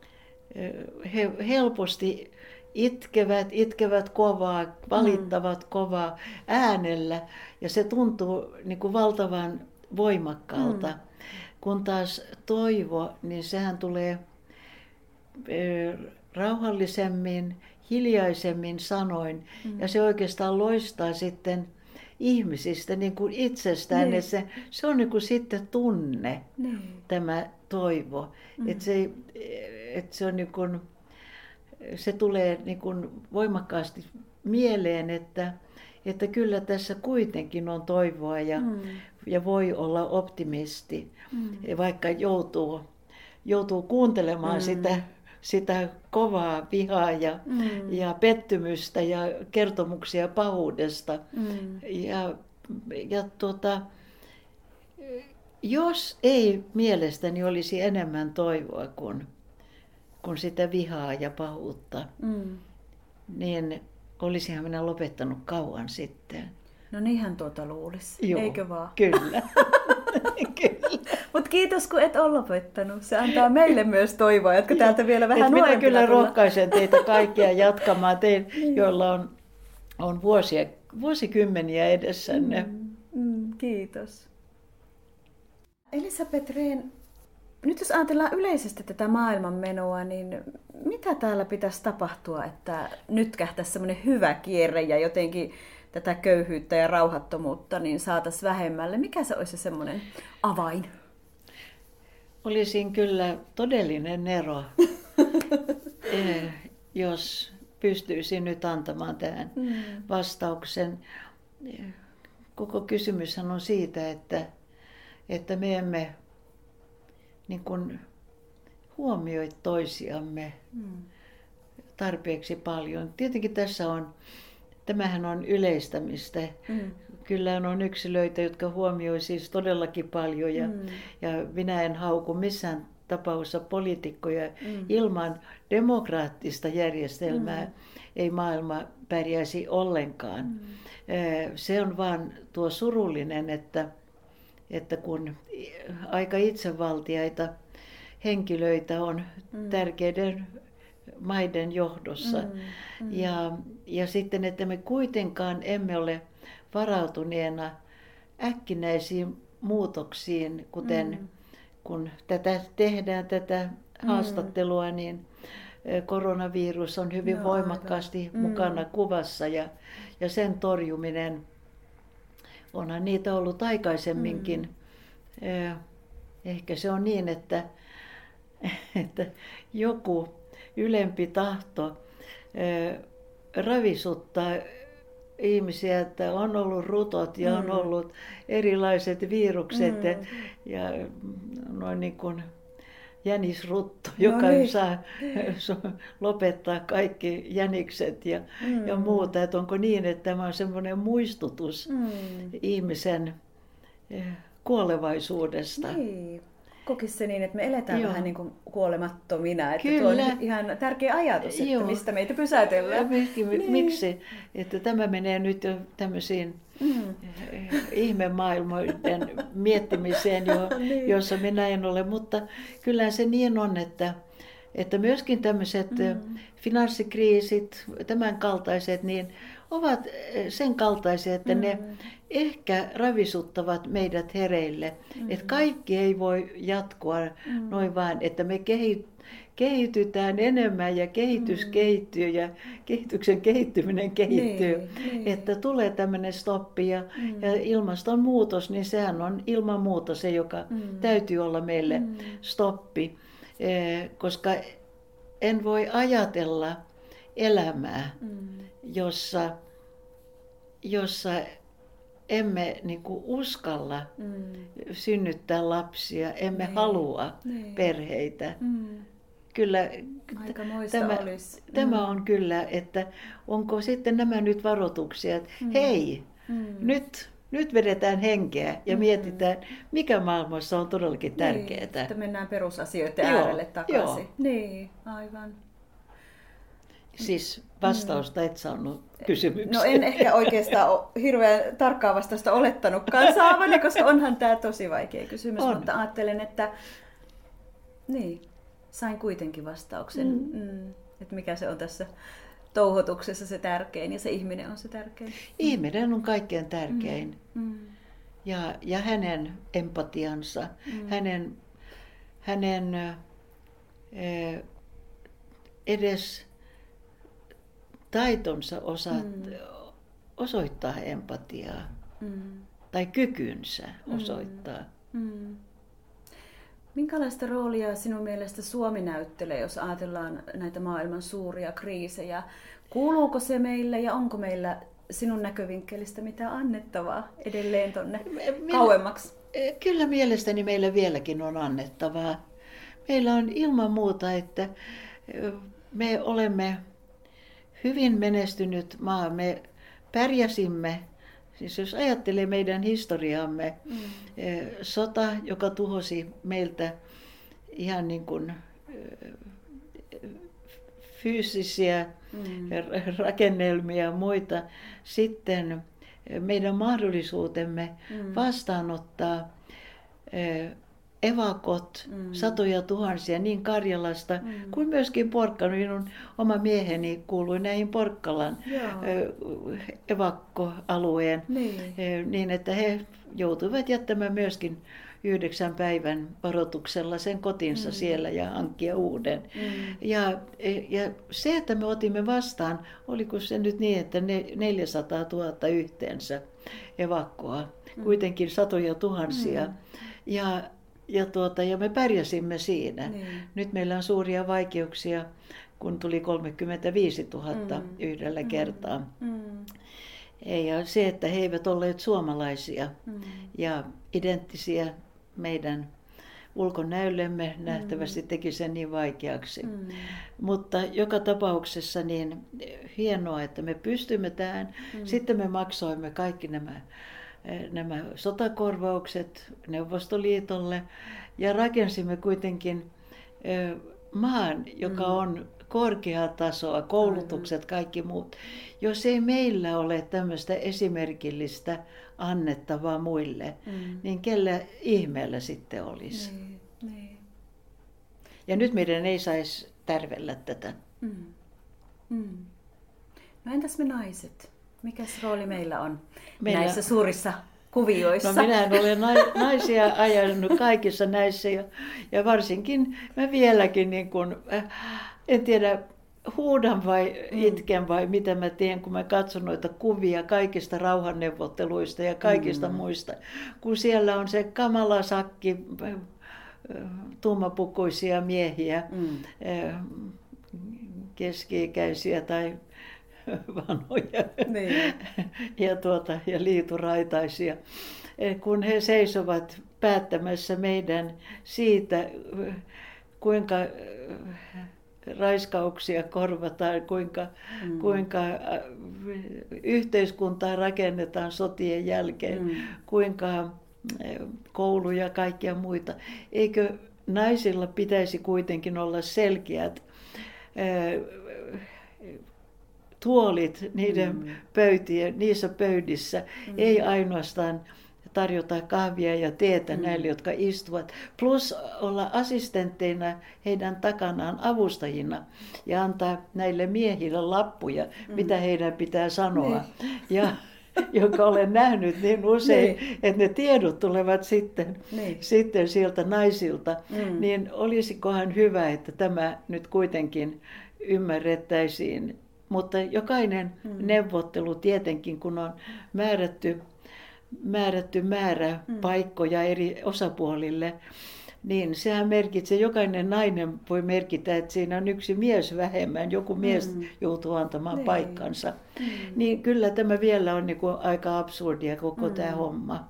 helposti itkevät kovaa, valittavat kovaa äänellä ja se tuntuu niin kuin valtavan voimakkaalta. Kun taas toivo, niin sehän tulee rauhallisemmin, hiljaisemmin sanoin ja se oikeastaan loistaa sitten ihmisistä niin kuin itsestään. Se on niin kuin sitten tunne, tämä toivo. Että se on niin kuin, se tulee niin kuin voimakkaasti mieleen, että kyllä tässä kuitenkin on toivoa ja voi olla optimisti, vaikka joutuu kuuntelemaan sitä kovaa vihaa ja pettymystä ja kertomuksia pahuudesta. Jos ei mielestäni olisi enemmän toivoa kuin sitä vihaa ja pahuutta, niin olisinhan minä lopettanut kauan sitten. No niinhän tuota luulisi, Joo, eikö vaan? Kyllä. Kyllä. Mutta kiitos, kun et ole lopettanut. Se antaa meille myös toivoa, jotka täältä vielä vähän minä nuorempina kyllä tulla. rohkaisen teitä kaikkia jatkamaan, joilla on vuosikymmeniä edessänne. Kiitos. Elisabeth Rehn, nyt jos ajatellaan yleisesti tätä maailmanmenoa, niin mitä täällä pitäisi tapahtua, että nyt kähtäisi semmoinen hyvä kierre ja jotenkin tätä köyhyyttä ja rauhattomuutta niin saataisiin vähemmälle? Mikä se olisi semmoinen avain? Olisin kyllä todellinen nero, jos pystyisin nyt antamaan tähän vastauksen. Koko kysymyshän on siitä, että me emme niin kuin huomioi toisiamme tarpeeksi paljon. Tietenkin tämähän on yleistämistä. Kyllä on yksilöitä, jotka huomioi siis todellakin paljon ja minä en hauku missään tapauksessa poliitikkoja. Ilman demokraattista järjestelmää ei maailma pärjäisi ollenkaan. Se on vaan tuo surullinen, että kun aika itsevaltiaita henkilöitä on tärkeiden maiden johdossa ja sitten, että me kuitenkaan emme ole varautuneena äkkinäisiin muutoksiin, kuten kun tehdään tätä haastattelua, niin koronavirus on hyvin voimakkaasti mukana kuvassa ja sen torjuminen, onhan niitä ollut aikaisemminkin. Ehkä se on niin, että joku ylempi tahto ravisuttaa ihmisiä, että on ollut rutot ja on ollut erilaiset virukset ja noin niin kuin jänisrutto, joka saa lopettaa kaikki jänikset ja muuta. Että onko niin, että tämä on semmoinen muistutus ihmisen kuolevaisuudesta. Niin. Kokisi se niin, että me eletään vähän niin kuin kuolemattomina. Että Kyllä. tuo on ihan tärkeä ajatus, että mistä meitä pysäytellään. Miksi? Että tämä menee nyt jo tämmöisiin ihmemaailmoiden miettimiseen, jossa minä en ole. Mutta kyllä se niin on, että myöskin tämmöiset finanssikriisit, tämän kaltaiset, niin ovat sen kaltaisia, että ne ehkä ravisuttavat meidät hereille. Että kaikki ei voi jatkua noin vaan, että me kehitytään enemmän ja kehitys kehittyy ja kehityksen kehittyminen kehittyy. Että tulee tämmöinen stoppi ja ilmastonmuutos, niin sehän on ilman muuta se, joka täytyy olla meille stoppi. Koska en voi ajatella elämää, jossa emme niin kuin uskalla synnyttää lapsia, emme halua perheitä. Kyllä tämä on kyllä, että onko sitten nämä nyt varoituksia, että hei, nyt vedetään henkeä ja mietitään, mikä maailmassa on todellakin tärkeää. Että mennään perusasioiden äärelle takaisin. Joo. Niin, aivan. Siis vastausta et saanut kysymykseen. No en ehkä oikeastaan ole hirveän tarkkaa vastausta olettanutkaan saavani, koska onhan tämä tosi vaikea kysymys. Mutta ajattelen, että sain kuitenkin vastauksen, että mikä se on tässä touhotuksessa se tärkein ja se ihminen on se tärkein. Ihminen on kaikkein tärkein. Ja hänen empatiansa, hänen edes taitonsa osoittaa empatiaa tai kykynsä osoittaa. Minkälaista roolia sinun mielestä Suomi näyttelee, jos ajatellaan näitä maailman suuria kriisejä? Kuuluuko se meille ja onko meillä sinun näkövinkkelistä mitään annettavaa edelleen tuonne kauemmaksi? Kyllä mielestäni meillä vieläkin on annettavaa. Meillä on ilman muuta, että me olemme hyvin menestynyt maa. Me pärjäsimme, siis jos ajattelee meidän historiaamme, sota, joka tuhosi meiltä ihan niin kuin fyysisiä rakennelmia ja muita. Sitten meidän mahdollisuutemme vastaanottaa evakot, satoja tuhansia niin Karjalasta kuin myöskin Porkkalan. Minun oma mieheni kuului näihin Porkkalan evakkoalueen, niin että he joutuivat jättämään myöskin 9 päivän varoituksella sen kotinsa siellä ja hankkia uuden. Ja se, että me otimme vastaan, oliko se nyt niin, että 400 000 yhteensä evakkoa, kuitenkin satoja tuhansia. Ja me pärjäsimme siinä. Nyt meillä on suuria vaikeuksia, kun tuli 35 000 yhdellä kertaa. Ja se, että he eivät olleet suomalaisia ja identtisiä meidän ulkonäöllemme, nähtävästi teki sen niin vaikeaksi. Mutta joka tapauksessa niin hienoa, että me pystymme tähän. Sitten me maksoimme kaikki nämä sotakorvaukset Neuvostoliitolle ja rakensimme kuitenkin maan, joka on korkeaa tasoa, koulutukset, kaikki muut. Jos ei meillä ole tämmöistä esimerkillistä annettavaa muille, niin kellä ihmeellä sitten olisi? Niin. Ja nyt meidän ei saisi tärvellä tätä. No entäs me naiset? Mikäs rooli meillä on näissä suurissa kuvioissa? No minä olen naisia ajanut kaikissa näissä ja varsinkin mä vieläkin niin kun, en tiedä huudan vai itken vai mitä mä teen, kun mä katson noita kuvia kaikista rauhanneuvotteluista ja kaikista muista. Kun siellä on se kamala sakki, tummapukuisia miehiä, keski-ikäisiä tai vanhoja ja liituraitaisia, kun he seisovat päättämässä meidän siitä, kuinka raiskauksia korvataan, kuinka yhteiskuntaa rakennetaan sotien jälkeen, kuinka kouluja ja kaikkia muita. Eikö naisilla pitäisi kuitenkin olla selkeät tuolit niissä pöydissä, ei ainoastaan tarjota kahvia ja teetä näille, jotka istuvat, plus olla assistentteina heidän takanaan avustajina ja antaa näille miehille lappuja, mitä heidän pitää sanoa. Ja jonka olen nähnyt niin usein, että ne tiedot tulevat sitten sieltä naisilta, niin olisikohan hyvä, että tämä nyt kuitenkin ymmärrettäisiin. Mutta jokainen neuvottelu tietenkin, kun on määrätty määrä paikkoja eri osapuolille, niin sehän merkitsee, jokainen nainen voi merkitä, että siinä on yksi mies vähemmän, joku mies joutuu antamaan paikkansa. Niin kyllä tämä vielä on niin kuin aika absurdia koko tämä homma.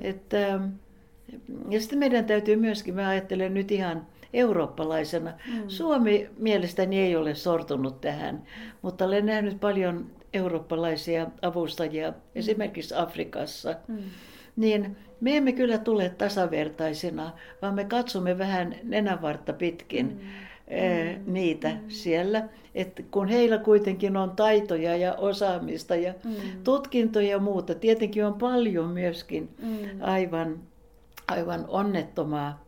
Ja sitten meidän täytyy myöskin, mä ajattelen nyt ihan eurooppalaisena, Suomi mielestäni ei ole sortunut tähän, mutta olen nähnyt paljon eurooppalaisia avustajia, esimerkiksi Afrikassa, niin me emme kyllä tule tasavertaisena, vaan me katsomme vähän nenänvartta pitkin niitä siellä. Et kun heillä kuitenkin on taitoja ja osaamista ja tutkintoja ja muuta, tietenkin on paljon myöskin aivan onnettomaa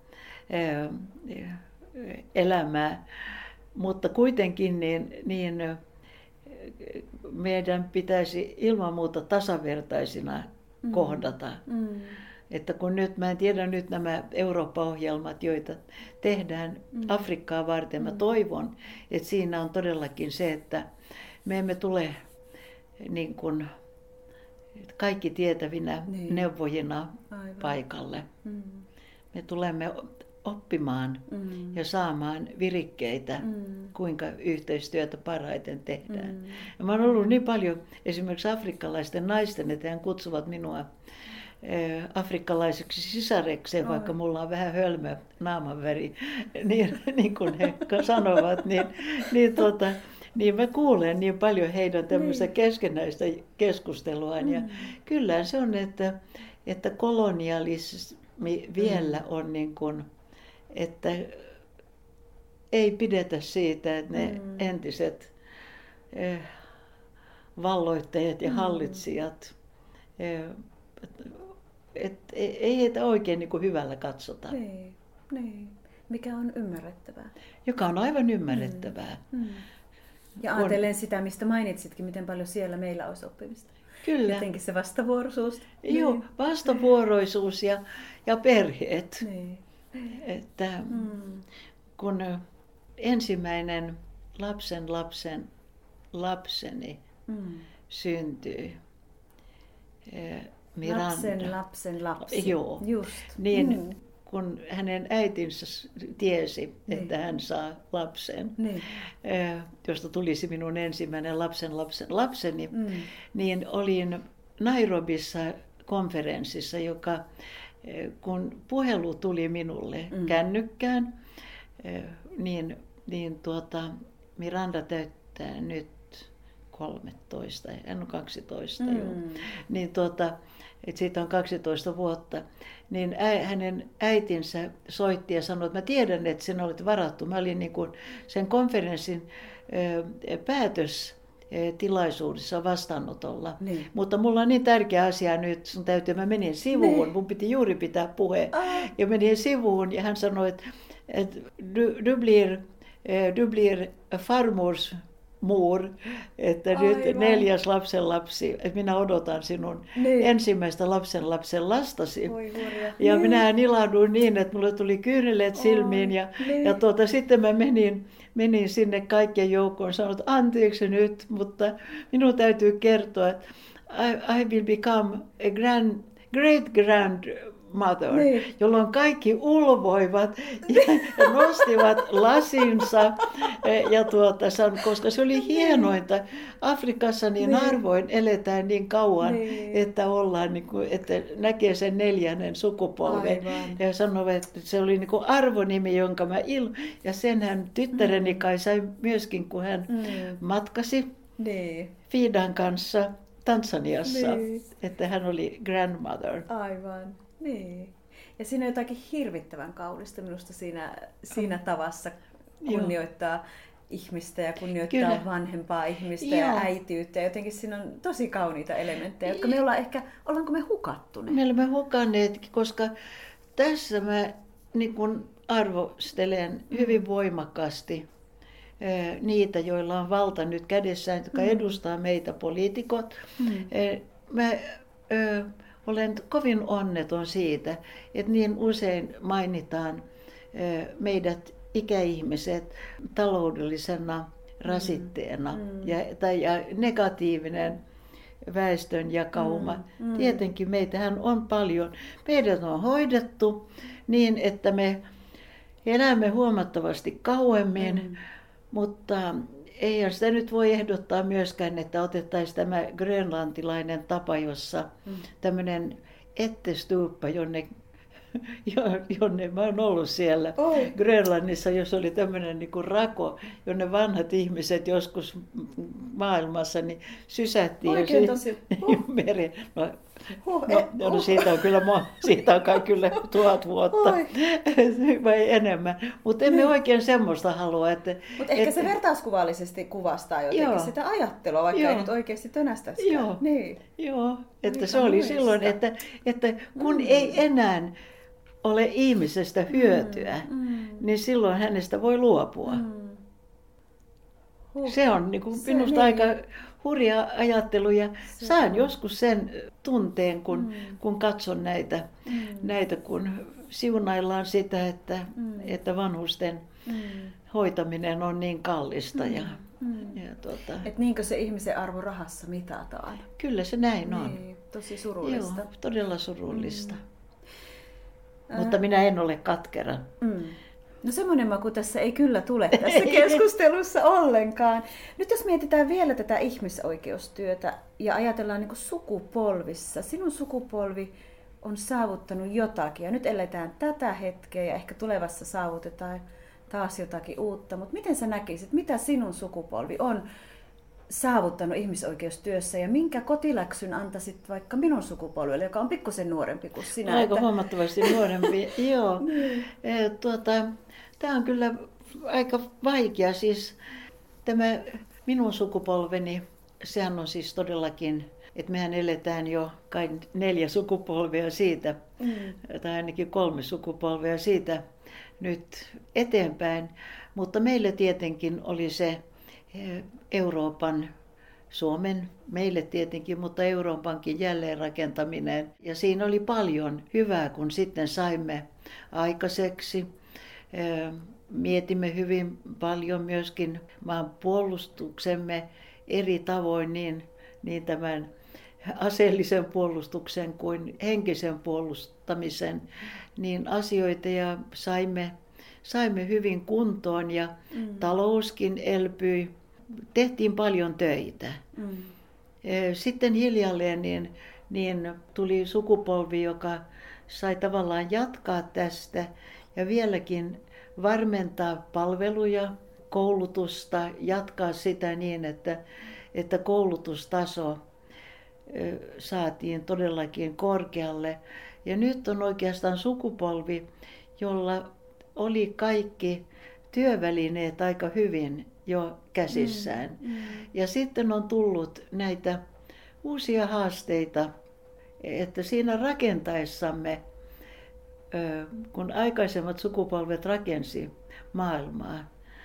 elämää, mutta kuitenkin niin meidän pitäisi ilman muuta tasavertaisina kohdata. Että kun nyt, mä en tiedä nyt nämä Eurooppa-ohjelmat, joita tehdään Afrikkaa varten, mä toivon, että siinä on todellakin se, että me emme tule niin kuin kaikki tietävinä neuvojina paikalle. Me tulemme oppimaan ja saamaan virikkeitä, kuinka yhteistyötä parhaiten tehdään. Ja mä oon ollut niin paljon esimerkiksi afrikkalaisten naisten, että he kutsuvat minua afrikkalaiseksi sisarekseen, vaikka mulla on vähän hölmö naamanväri, niin kuin he sanovat, niin mä kuulen niin paljon heidän tämmöistä keskenäistä keskusteluaan. Ja kyllä se on, että kolonialismi vielä on niin kuin, että ei pidetä siitä, että ne entiset valloittajat ja hallitsijat Ei heitä oikein niin kuin hyvällä katsota. Niin. Mikä on ymmärrettävää. Joka on aivan ymmärrettävää. Ja ajatellen sitä, mistä mainitsitkin, miten paljon siellä meillä olisi oppimista. Kyllä. Jotenkin se vastavuoroisuus. Joo, vastavuoroisuus ja perheet. Niin. Että kun ensimmäinen lapseni syntyi, Miranda. Lapsen lapsi. Joo. Just. Niin kun hänen äitinsä tiesi, että hän saa lapsen, josta tulisi minun ensimmäinen lapseni, niin olin Nairobissa konferenssissa, kun puhelu tuli minulle kännykkään, niin Miranda täyttää nyt 13, hän on 12 jo, niin että siitä on 12 vuotta, niin hänen äitinsä soitti ja sanoi, että mä tiedän, että sinä olet varattu. Mä olin niin kuin sen konferenssin päätöstilaisuudessa vastaanotolla. Niin. Mutta mulla on niin tärkeä asia nyt, sun täytyy, mä menin sivuun, mun piti juuri pitää puhe. Ja menin sivuun ja hän sanoi, että du blir farmors mor, että nyt 4. lapsenlapsi, että minä odotan sinun ensimmäistä lapsen lastasi. Ja minä ilahduin niin, että mulle tuli kyyneleet silmiin ja sitten mä menin sinne kaikkien joukkoon, sanoin, että anteeksi nyt, mutta minun täytyy kertoa, että I will become a great grandmother, jolloin kaikki ulvoivat ja nostivat lasinsa, koska se oli hienointa. Afrikassa niin harvoin eletään niin kauan, että ollaan, että näkee sen 4. sukupolven. Ja sanoi, että se oli arvonimi, jonka mä ja sen hän tyttäreni kai sai myöskin, kun hän matkasi Fidan kanssa Tansaniassa, että hän oli grandmother. Aivan, niin. Ja siinä on jotakin hirvittävän kaunista minusta siinä tavassa kunnioittaa ihmistä ja kunnioittaa vanhempaa ihmistä ja äitiyttä. Ja jotenkin siinä on tosi kauniita elementtejä, jotka me ollaan ollaanko me hukattu ne? Me olemme hukanneet, koska tässä mä niin kun arvostelen hyvin voimakkaasti niitä, joilla on valta nyt kädessään, jotka edustaa meitä poliitikot. Mä olen kovin onneton siitä, että niin usein mainitaan meidät ikäihmiset taloudellisena rasitteena ja negatiivinen väestönjakauma. Tietenkin meitähän on paljon. Meidät on hoidettu niin, että me elämme huomattavasti kauemmin, mutta eihän sitä nyt voi ehdottaa myöskään, että otettaisiin tämä grönlantilainen tapa, jossa tämmöinen ettestuuppa, jonne mä oon ollut siellä Grönlannissa, jos oli tämmöinen niin kuin rako, jonne vanhat ihmiset joskus maailmassa niin sysättiin meren. Siitä on kai kyllä 1000 vuotta vai enemmän, mutta emme oikein semmoista halua. Mutta ehkä se vertauskuvallisesti kuvastaa jotenkin sitä ajattelua, vaikka ei nyt oikeasti tönästäisikään. Joo, että se oli silloin, että kun ei enää ole ihmisestä hyötyä, niin silloin hänestä voi luopua. Se on niin kuin minusta aika hurja ajattelu ja saan joskus sen tunteen, kun katson näitä, kun siunaillaan sitä, että vanhusten hoitaminen on niin kallista. Et niinkö se ihmisen arvo rahassa mitataan? Kyllä se näin on. Tosi surullista. Joo, todella surullista. Mutta minä en ole katkera. No semmoinen maku tässä ei kyllä tule tässä keskustelussa ollenkaan. Nyt jos mietitään vielä tätä ihmisoikeustyötä ja ajatellaan niin kuin sukupolvissa. Sinun sukupolvi on saavuttanut jotakin ja nyt eletään tätä hetkeä ja ehkä tulevassa saavutetaan taas jotakin uutta. Mutta miten sä näkisit, mitä sinun sukupolvi on saavuttanut ihmisoikeustyössä ja minkä kotiläksyn antaisit vaikka minun sukupolvelle, joka on pikkusen nuorempi kuin sinä? Aika huomattavasti nuorempi, joo. Tämä on kyllä aika vaikea. Siis tämä minun sukupolveni, sehän on siis todellakin että mehän eletään jo kai 4 sukupolvea siitä, tai ainakin 3 sukupolvea siitä nyt eteenpäin. Mutta meille tietenkin oli se Euroopan, Suomen, meille tietenkin, mutta Euroopankin jälleenrakentaminen. Ja siinä oli paljon hyvää, kun sitten saimme aikaiseksi. Mietimme hyvin paljon myöskin maan puolustuksemme eri tavoin, niin tämän aseellisen puolustuksen kuin henkisen puolustamisen niin asioita, ja saimme hyvin kuntoon ja talouskin elpyi. Tehtiin paljon töitä. Sitten hiljalleen niin tuli sukupolvi, joka sai tavallaan jatkaa tästä ja vieläkin varmentaa palveluja, koulutusta, jatkaa sitä niin, että koulutustaso saatiin todellakin korkealle. Ja nyt on oikeastaan sukupolvi, jolla oli kaikki työvälineet aika hyvin jo käsissään. Ja sitten on tullut näitä uusia haasteita, että siinä rakentaessamme, kun aikaisemmat sukupolvet rakensi maailmaa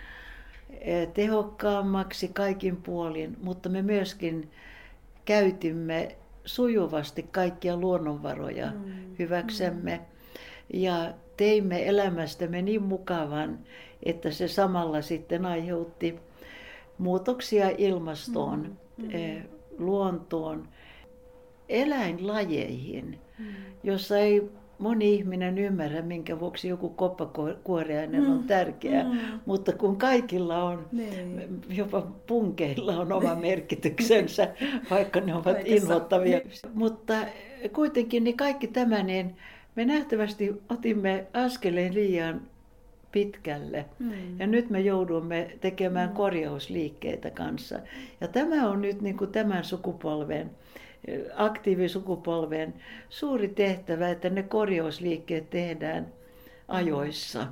tehokkaammaksi kaikin puolin, mutta me myöskin käytimme sujuvasti kaikkia luonnonvaroja hyväksemme ja teimme elämästämme niin mukavan, että se samalla sitten aiheutti muutoksia ilmastoon, luontoon, eläinlajeihin, jossa ei moni ihminen ymmärrä, minkä vuoksi joku koppakuoriainen on tärkeä, mutta kun kaikilla on, jopa punkeilla on oma merkityksensä, vaikka ne ovat inhottavia. Mutta kuitenkin niin kaikki tämä, niin me nähtävästi otimme askeleen liian pitkälle. Ja nyt me joudumme tekemään korjausliikkeitä kanssa. Ja tämä on nyt niin kuin tämän sukupolven, aktiivisukupolven suuri tehtävä, että ne korjausliikkeet tehdään ajoissa.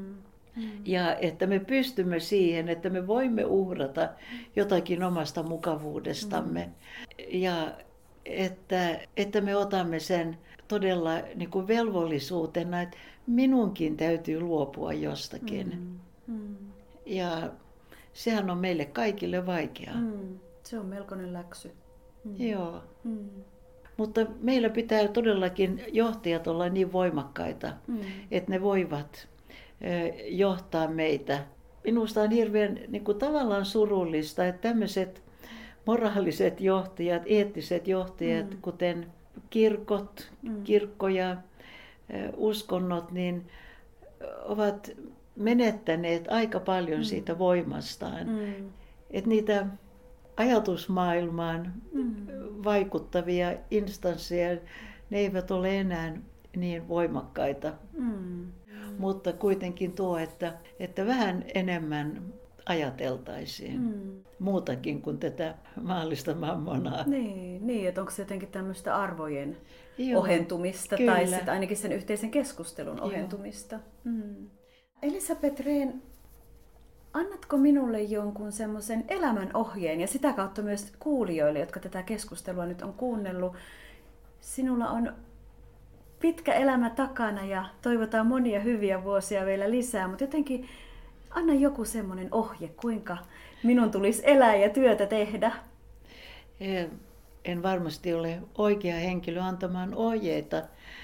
Ja että me pystymme siihen, että me voimme uhrata jotakin omasta mukavuudestamme. Ja että me otamme sen todella niin kuin velvollisuutena, että minunkin täytyy luopua jostakin. Ja sehän on meille kaikille vaikeaa. Se on melkoinen läksy. Joo. Mutta meillä pitää todellakin johtajat olla niin voimakkaita, että ne voivat johtaa meitä. Minusta on hirveän niin kuin tavallaan surullista, että tämmöiset moraaliset johtajat, eettiset johtajat, kuten kirkot, kirkkoja, uskonnot, niin ovat menettäneet aika paljon siitä voimastaan. Että niitä ajatusmaailmaan vaikuttavia instansseja, ne eivät ole enää niin voimakkaita. Mutta kuitenkin tuo, että vähän enemmän ajateltaisiin muutakin kuin tätä maallista mammonaa. Niin, että onko se jotenkin tämmöistä arvojen ohentumista tai sitten ainakin sen yhteisen keskustelun ohentumista. Elisabeth Rehn, annatko minulle jonkun semmoisen elämänohjeen ja sitä kautta myös kuulijoille, jotka tätä keskustelua nyt on kuunnellut? Sinulla on pitkä elämä takana ja toivotaan monia hyviä vuosia vielä lisää, mutta jotenkin anna joku semmoinen ohje, kuinka minun tulisi elää ja työtä tehdä. En varmasti ole oikea henkilö antamaan ohjeita.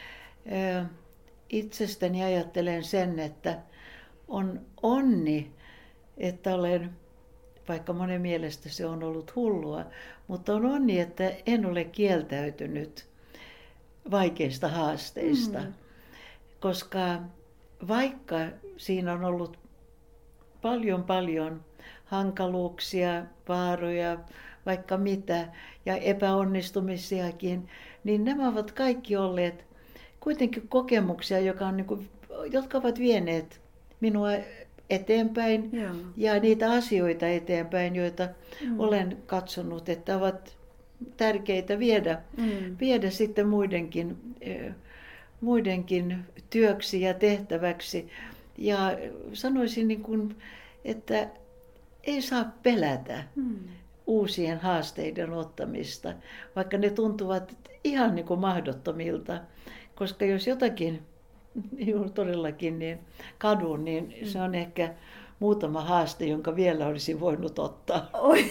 Itsestäni ajattelen sen, että on onni, että olen, vaikka monen mielestä se on ollut hullua, mutta on onni, että en ole kieltäytynyt vaikeista haasteista, koska vaikka siinä on ollut paljon hankaluuksia, vaaroja, vaikka mitä ja epäonnistumisiakin, niin nämä ovat kaikki olleet kuitenkin kokemuksia, jotka ovat vieneet minua eteenpäin ja niitä asioita eteenpäin, joita olen katsonut, että ovat tärkeitä viedä sitten muidenkin työksi ja tehtäväksi. Ja sanoisin, että ei saa pelätä. uusien haasteiden ottamista, vaikka ne tuntuvat ihan niin kuin mahdottomilta. Koska jos jotakin todellakin niin kadun, niin se on ehkä muutama haaste, jonka vielä olisi voinut ottaa. Oi.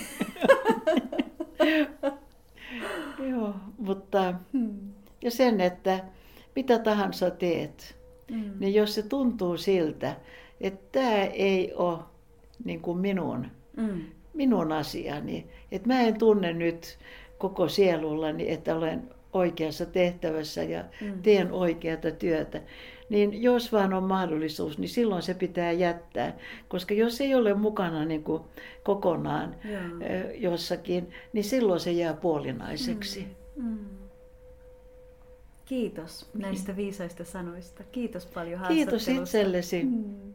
Joo, mutta ja sen, että mitä tahansa teet, niin jos se tuntuu siltä, että tämä ei ole niin kuin minun asiani, että mä en tunne nyt koko sielullani, että olen oikeassa tehtävässä ja teen oikeata työtä, niin jos vaan on mahdollisuus, niin silloin se pitää jättää. Koska jos ei ole mukana niin kuin kokonaan jossakin, niin silloin se jää puolinaiseksi. Kiitos näistä viisaista sanoista. Kiitos paljon haastattelusta. Kiitos itsellesi.